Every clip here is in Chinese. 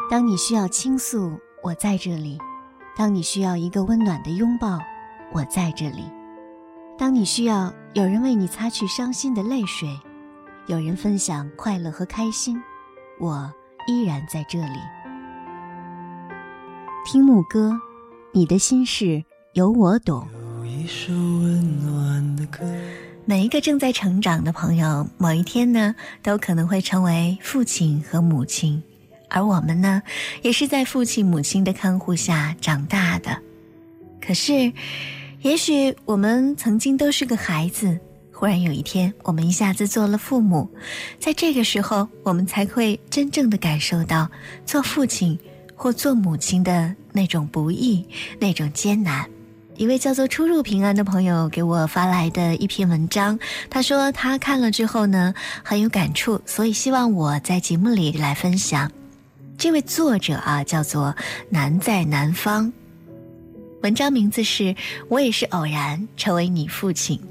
当你需要倾诉，我在这里；当你需要一个温暖的拥抱，我在这里；当你需要有人为你擦去伤心的泪水，有人分享快乐和开心，我依然在这里。听牧歌，你的心事有我懂。 有一首温暖的歌。 每一个正在成长的朋友，某一天呢，都可能会成为父亲和母亲，而我们呢，也是在父亲母亲的看护下长大的。可是也许我们曾经都是个孩子，忽然有一天我们一下子做了父母，在这个时候我们才会真正的感受到做父亲或做母亲的那种不易，那种艰难。一位叫做出入平安的朋友给我发来的一篇文章，他说他看了之后呢，很有感触，所以希望我在节目里来分享。这位作者啊，叫做南在南方，文章名字是我也是偶然成为你父亲的。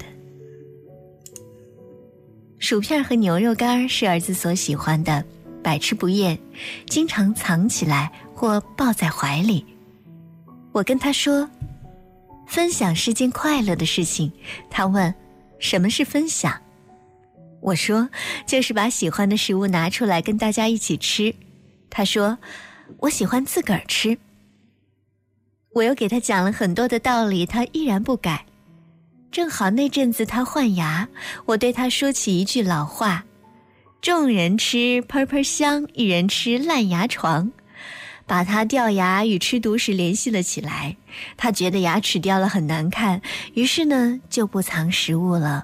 薯片和牛肉干是儿子所喜欢的，百吃不厌，经常藏起来或抱在怀里。我跟他说，分享是件快乐的事情。他问，什么是分享？我说，就是把喜欢的食物拿出来跟大家一起吃。他说，我喜欢自个儿吃。我又给他讲了很多的道理，他依然不改。正好那阵子他换牙，我对他说起一句老话，众人吃喷喷香，一人吃烂牙床，把他掉牙与吃独食联系了起来。他觉得牙齿掉了很难看，于是呢就不藏食物了。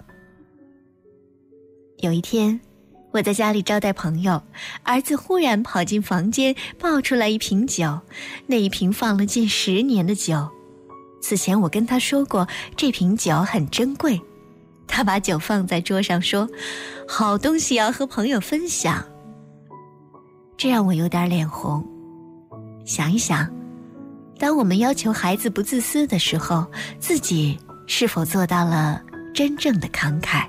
有一天我在家里招待朋友，儿子忽然跑进房间，抱出来一瓶酒，那一瓶放了近10年的酒。此前我跟他说过，这瓶酒很珍贵。他把酒放在桌上说，好东西要和朋友分享。这让我有点脸红。想一想，当我们要求孩子不自私的时候，自己是否做到了真正的慷慨？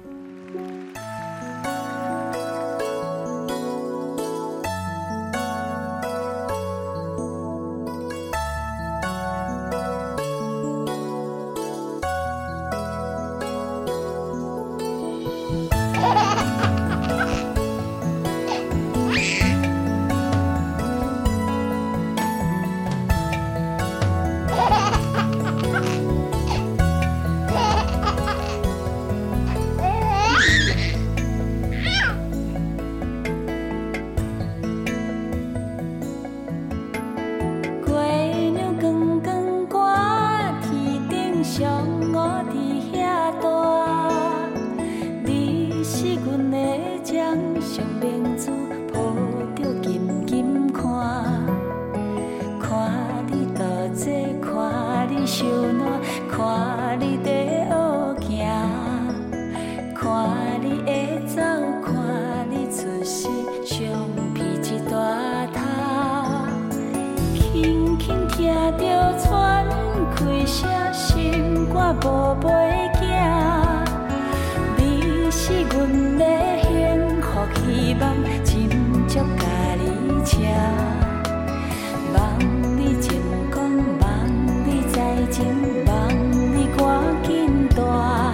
宝贝囝，你是阮的幸福希望，斟酌甲你请。望你成功，望你财情，望你赶紧大，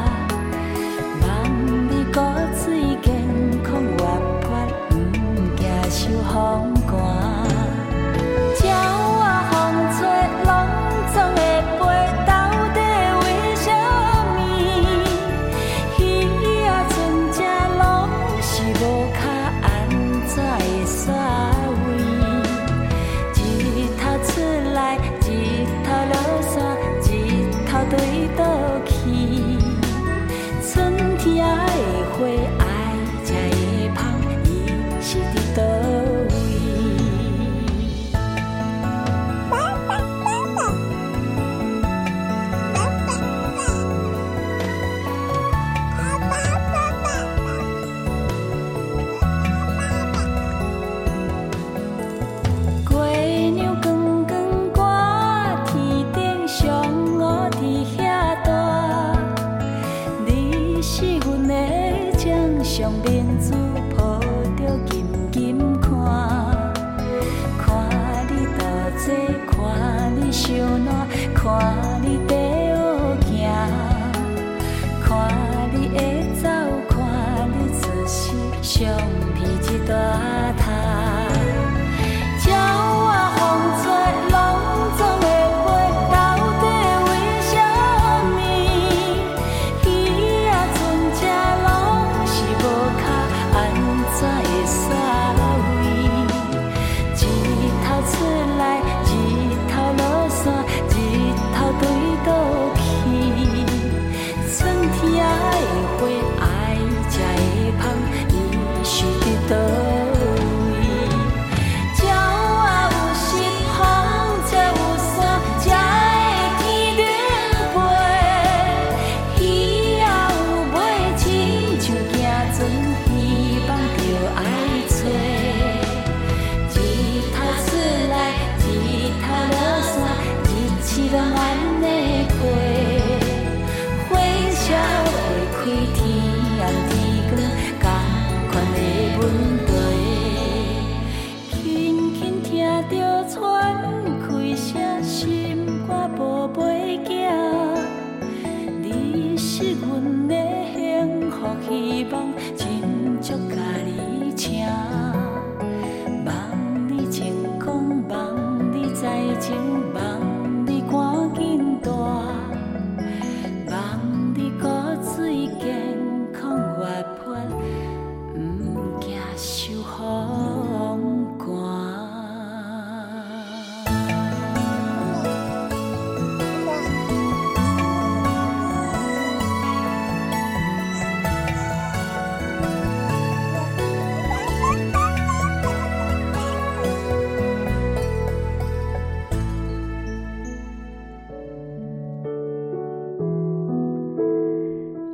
望你骨髓健康活泼，不惊受风寒。是阮的情。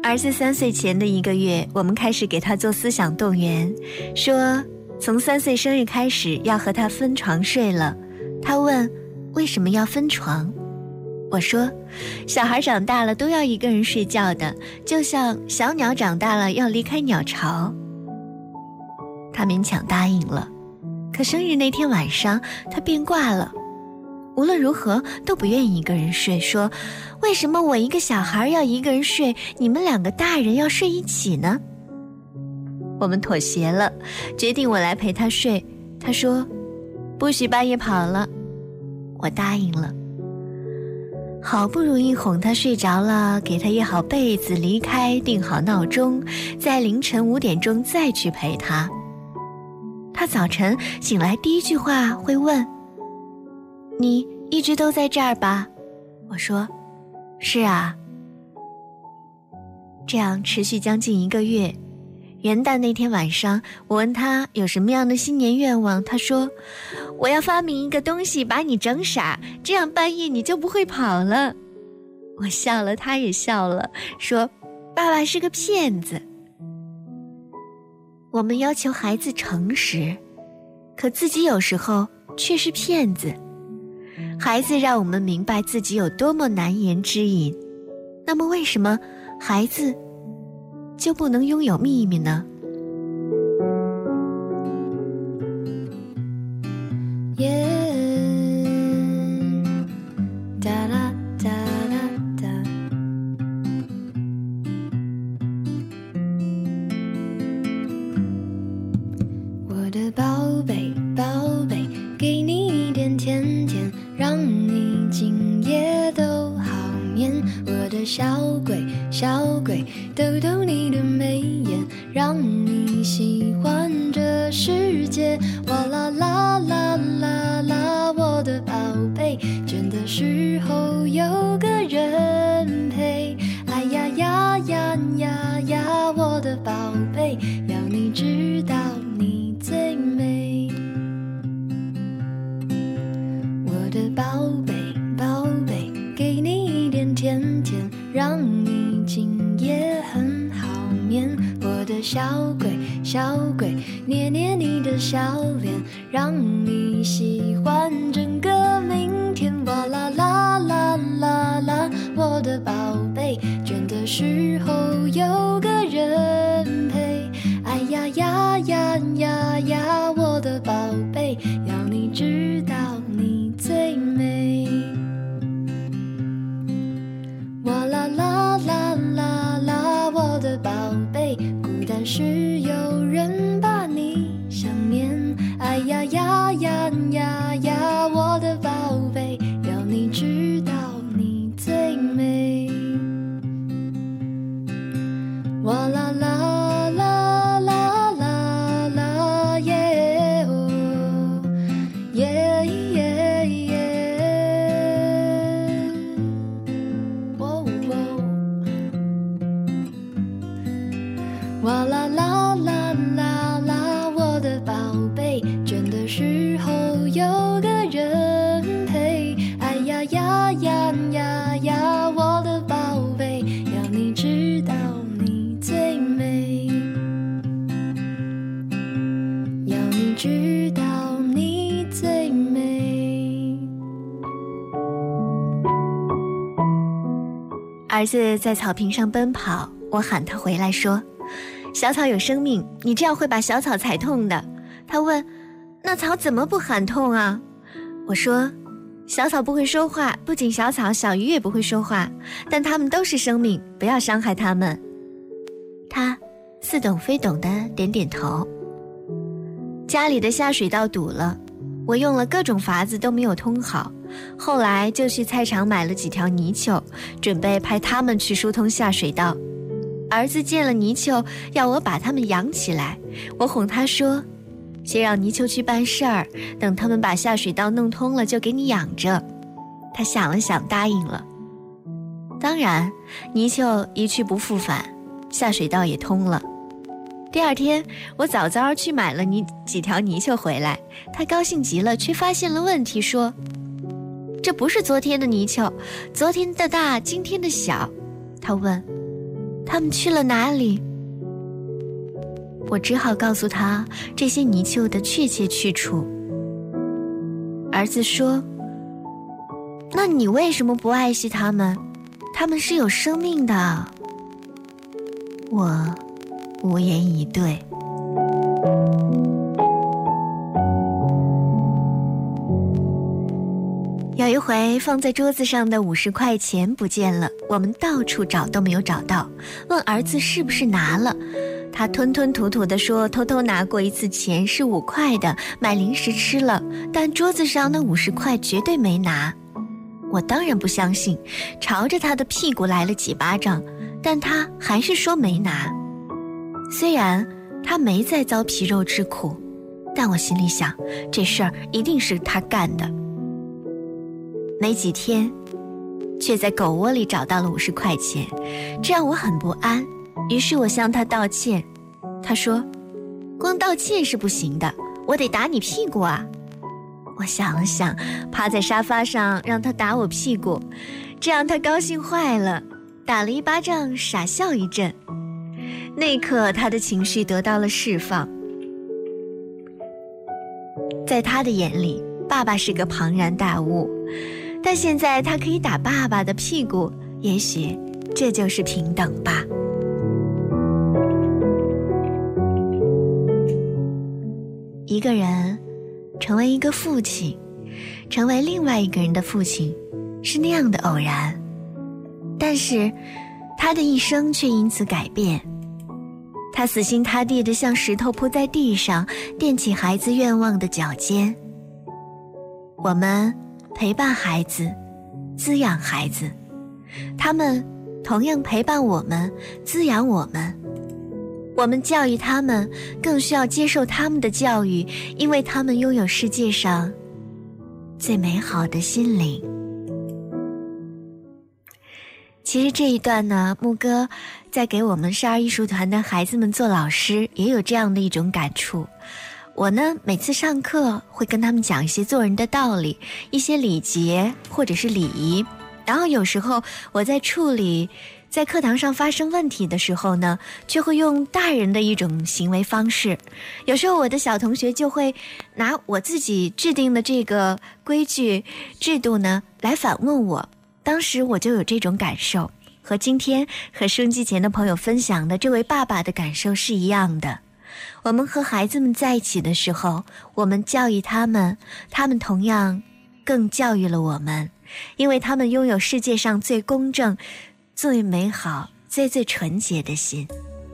儿子3岁前的1个月，我们开始给他做思想动员，说从3岁生日开始要和他分床睡了。他问为什么要分床？我说小孩长大了都要一个人睡觉的，就像小鸟长大了要离开鸟巢。他勉强答应了，可生日那天晚上他变卦了，无论如何都不愿意一个人睡，说为什么我一个小孩要一个人睡，你们2个大人要睡一起呢？我们妥协了，决定我来陪他睡。他说不许半夜跑了，我答应了。好不容易哄他睡着了，给他掖好被子，离开，定好闹钟，在凌晨5点钟再去陪他。他早晨醒来第一句话会问，你一直都在这儿吧？我说是啊。这样持续将近1个月。元旦那天晚上，我问他有什么样的新年愿望，他说我要发明一个东西把你整傻，这样半夜你就不会跑了。我笑了，他也笑了，说爸爸是个骗子。我们要求孩子诚实，可自己有时候却是骗子。孩子让我们明白自己有多么难言之隐，那么为什么孩子就不能拥有秘密呢？ 我的宝贝宝贝，给你一点甜甜，让你今夜都好眠。我的小鬼小鬼，逗逗你的眉眼，让你喜欢这世界。哇啦啦啦啦啦，我的宝贝，倦的时候有个人陪。哎呀呀呀呀呀，我的宝贝，要你知道你最美。我的宝贝宝贝，给你一点甜甜，让你今夜很好眠。我的小鬼小鬼，捏捏你的笑脸，让你喜欢整个明天。哇啦啦啦啦啦，我的宝贝，倦的时候有个人陪。哎呀呀呀呀呀，我的宝贝，要你知道你最美。哇啦啦啦啦啦，我的宝贝，孤单时有人把你想念。哎呀呀呀呀呀，我的宝贝，要你知道你最美。哇啦啦啦啦啦啦耶哦耶耶耶，喔喔，哇啦啦啦啦啦，我的宝贝，倦的时候有个人陪。哎呀呀呀呀呀，我的宝贝，要你知道你最美，要你知道你最美。 儿子在草坪上奔跑，我喊他回来说，小草有生命，你这样会把小草踩痛的。他问，那草怎么不喊痛啊？我说，小草不会说话，不仅小草，小鱼也不会说话，但它们都是生命，不要伤害它们。他似懂非懂地点点头。家里的下水道堵了，我用了各种法子都没有通好，后来就去菜场买了几条泥鳅，准备派他们去疏通下水道。儿子见了泥鳅，要我把它们养起来，我哄他说，先让泥鳅去办事儿，等他们把下水道弄通了就给你养着。他想了想答应了。当然泥鳅一去不复返，下水道也通了。第二天我早早去买了几条泥鳅回来，他高兴极了，却发现了问题，说，这不是昨天的泥鳅，昨天的大，今天的小。他问， 他们去了哪里？我只好告诉他这些泥鳅的确切去处。儿子说：那你为什么不爱惜它们？它们是有生命的。我无言以对。有一回放在桌子上的50块钱不见了，我们到处找都没有找到，问儿子是不是拿了。他吞吞吐吐地说偷偷拿过一次钱，是5块的，买零食吃了，但桌子上那50块绝对没拿。我当然不相信，朝着他的屁股来了几巴掌，但他还是说没拿。虽然他没再遭皮肉之苦，但我心里想，这事儿一定是他干的。没几天，却在狗窝里找到了50块钱，这让我很不安。于是我向他道歉，他说：光道歉是不行的，我得打你屁股啊。我想了想，趴在沙发上让他打我屁股，这让他高兴坏了，打了一巴掌，傻笑一阵。那一刻他的情绪得到了释放。在他的眼里，爸爸是个庞然大物，但现在他可以打爸爸的屁股，也许这就是平等吧。一个人成为一个父亲，成为另外一个人的父亲，是那样的偶然，但是他的一生却因此改变。他死心塌地地像石头铺在地上，垫起孩子愿望的脚尖。我们陪伴孩子，滋养孩子，他们同样陪伴我们，滋养我们。我们教育他们，更需要接受他们的教育，因为他们拥有世界上最美好的心灵。其实这一段呢，木哥在给我们少儿艺术团的孩子们做老师，也有这样的一种感触。我呢，每次上课会跟他们讲一些做人的道理，一些礼节或者是礼仪。然后有时候我在处理在课堂上发生问题的时候呢，就会用大人的一种行为方式。有时候我的小同学就会拿我自己制定的这个规矩制度呢来反问我，当时我就有这种感受，和今天和收音机前的朋友分享的这位爸爸的感受是一样的。我们和孩子们在一起的时候，我们教育他们，他们同样更教育了我们，因为他们拥有世界上最公正、最美好、最纯洁的心。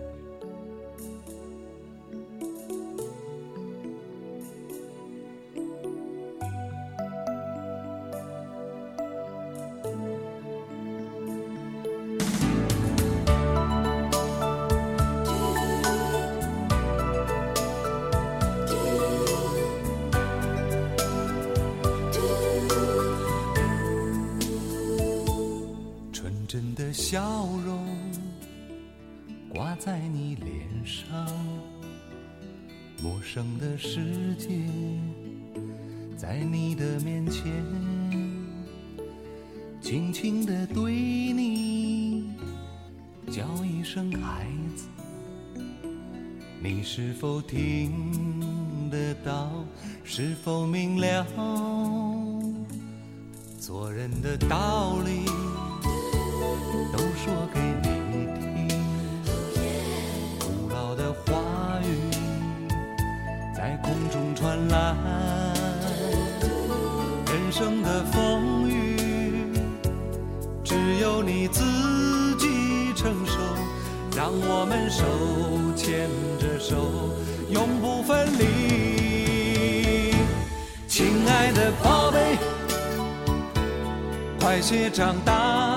真的笑容挂在你脸上，陌生的世界在你的面前，轻轻地对你叫一声孩子，你是否听得到？是否明了做人的道理都说给你听，古老的话语在空中传来，人生的风雨只有你自己承受，让我们手牵着手，永不分离。亲爱的宝贝，快些长大，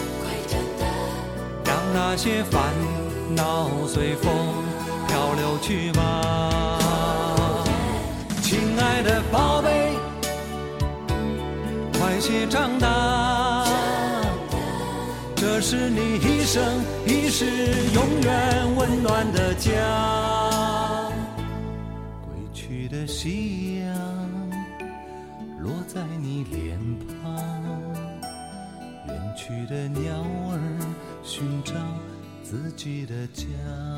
那些烦恼随风漂流去吧。亲爱的宝贝，快些长大，这是你一生一世永远温暖的家。归去的夕阳落在你脸庞，远去的鸟儿寻找自己的家。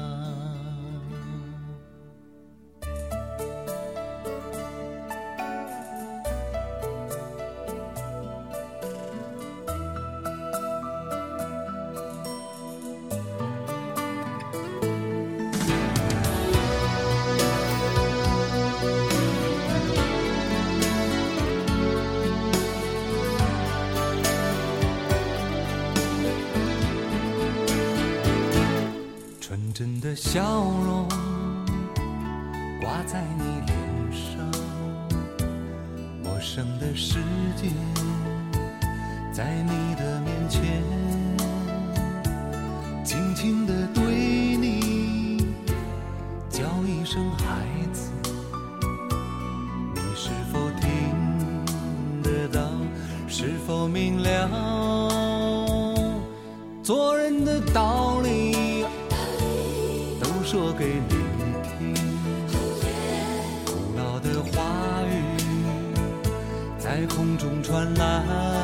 纯真的笑容挂在你脸上，陌生的世界在你的面前，轻轻地对你叫一声孩子，你是否听得到？是否明了做人的道理都说给你听？古老的话语在空中传来，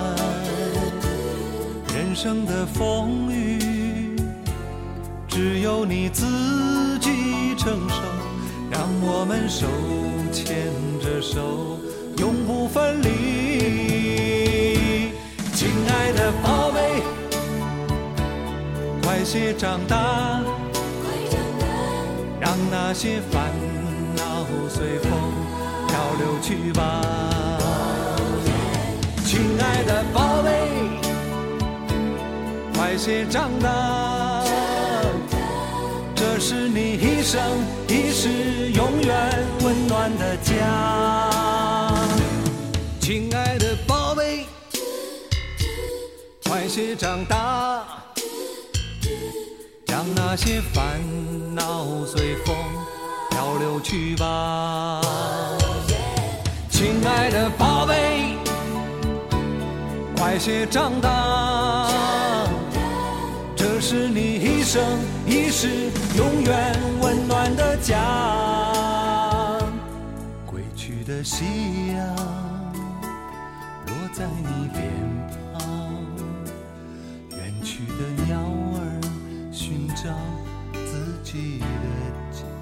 人生的风雨只有你自己承受，让我们手牵着手永不分离。亲爱的宝贝，快些长大，让那些烦恼随风漂流去吧。亲爱的宝贝，快些长大，这是你一生一世永远温暖的家。亲爱的宝贝，快些长大，让那些烦恼随风漂流去吧。亲爱的宝贝，快些长大，这是你一生一世永远温暖的家。归去的夕阳落在你脸庞，远去的鸟儿寻找自己的家。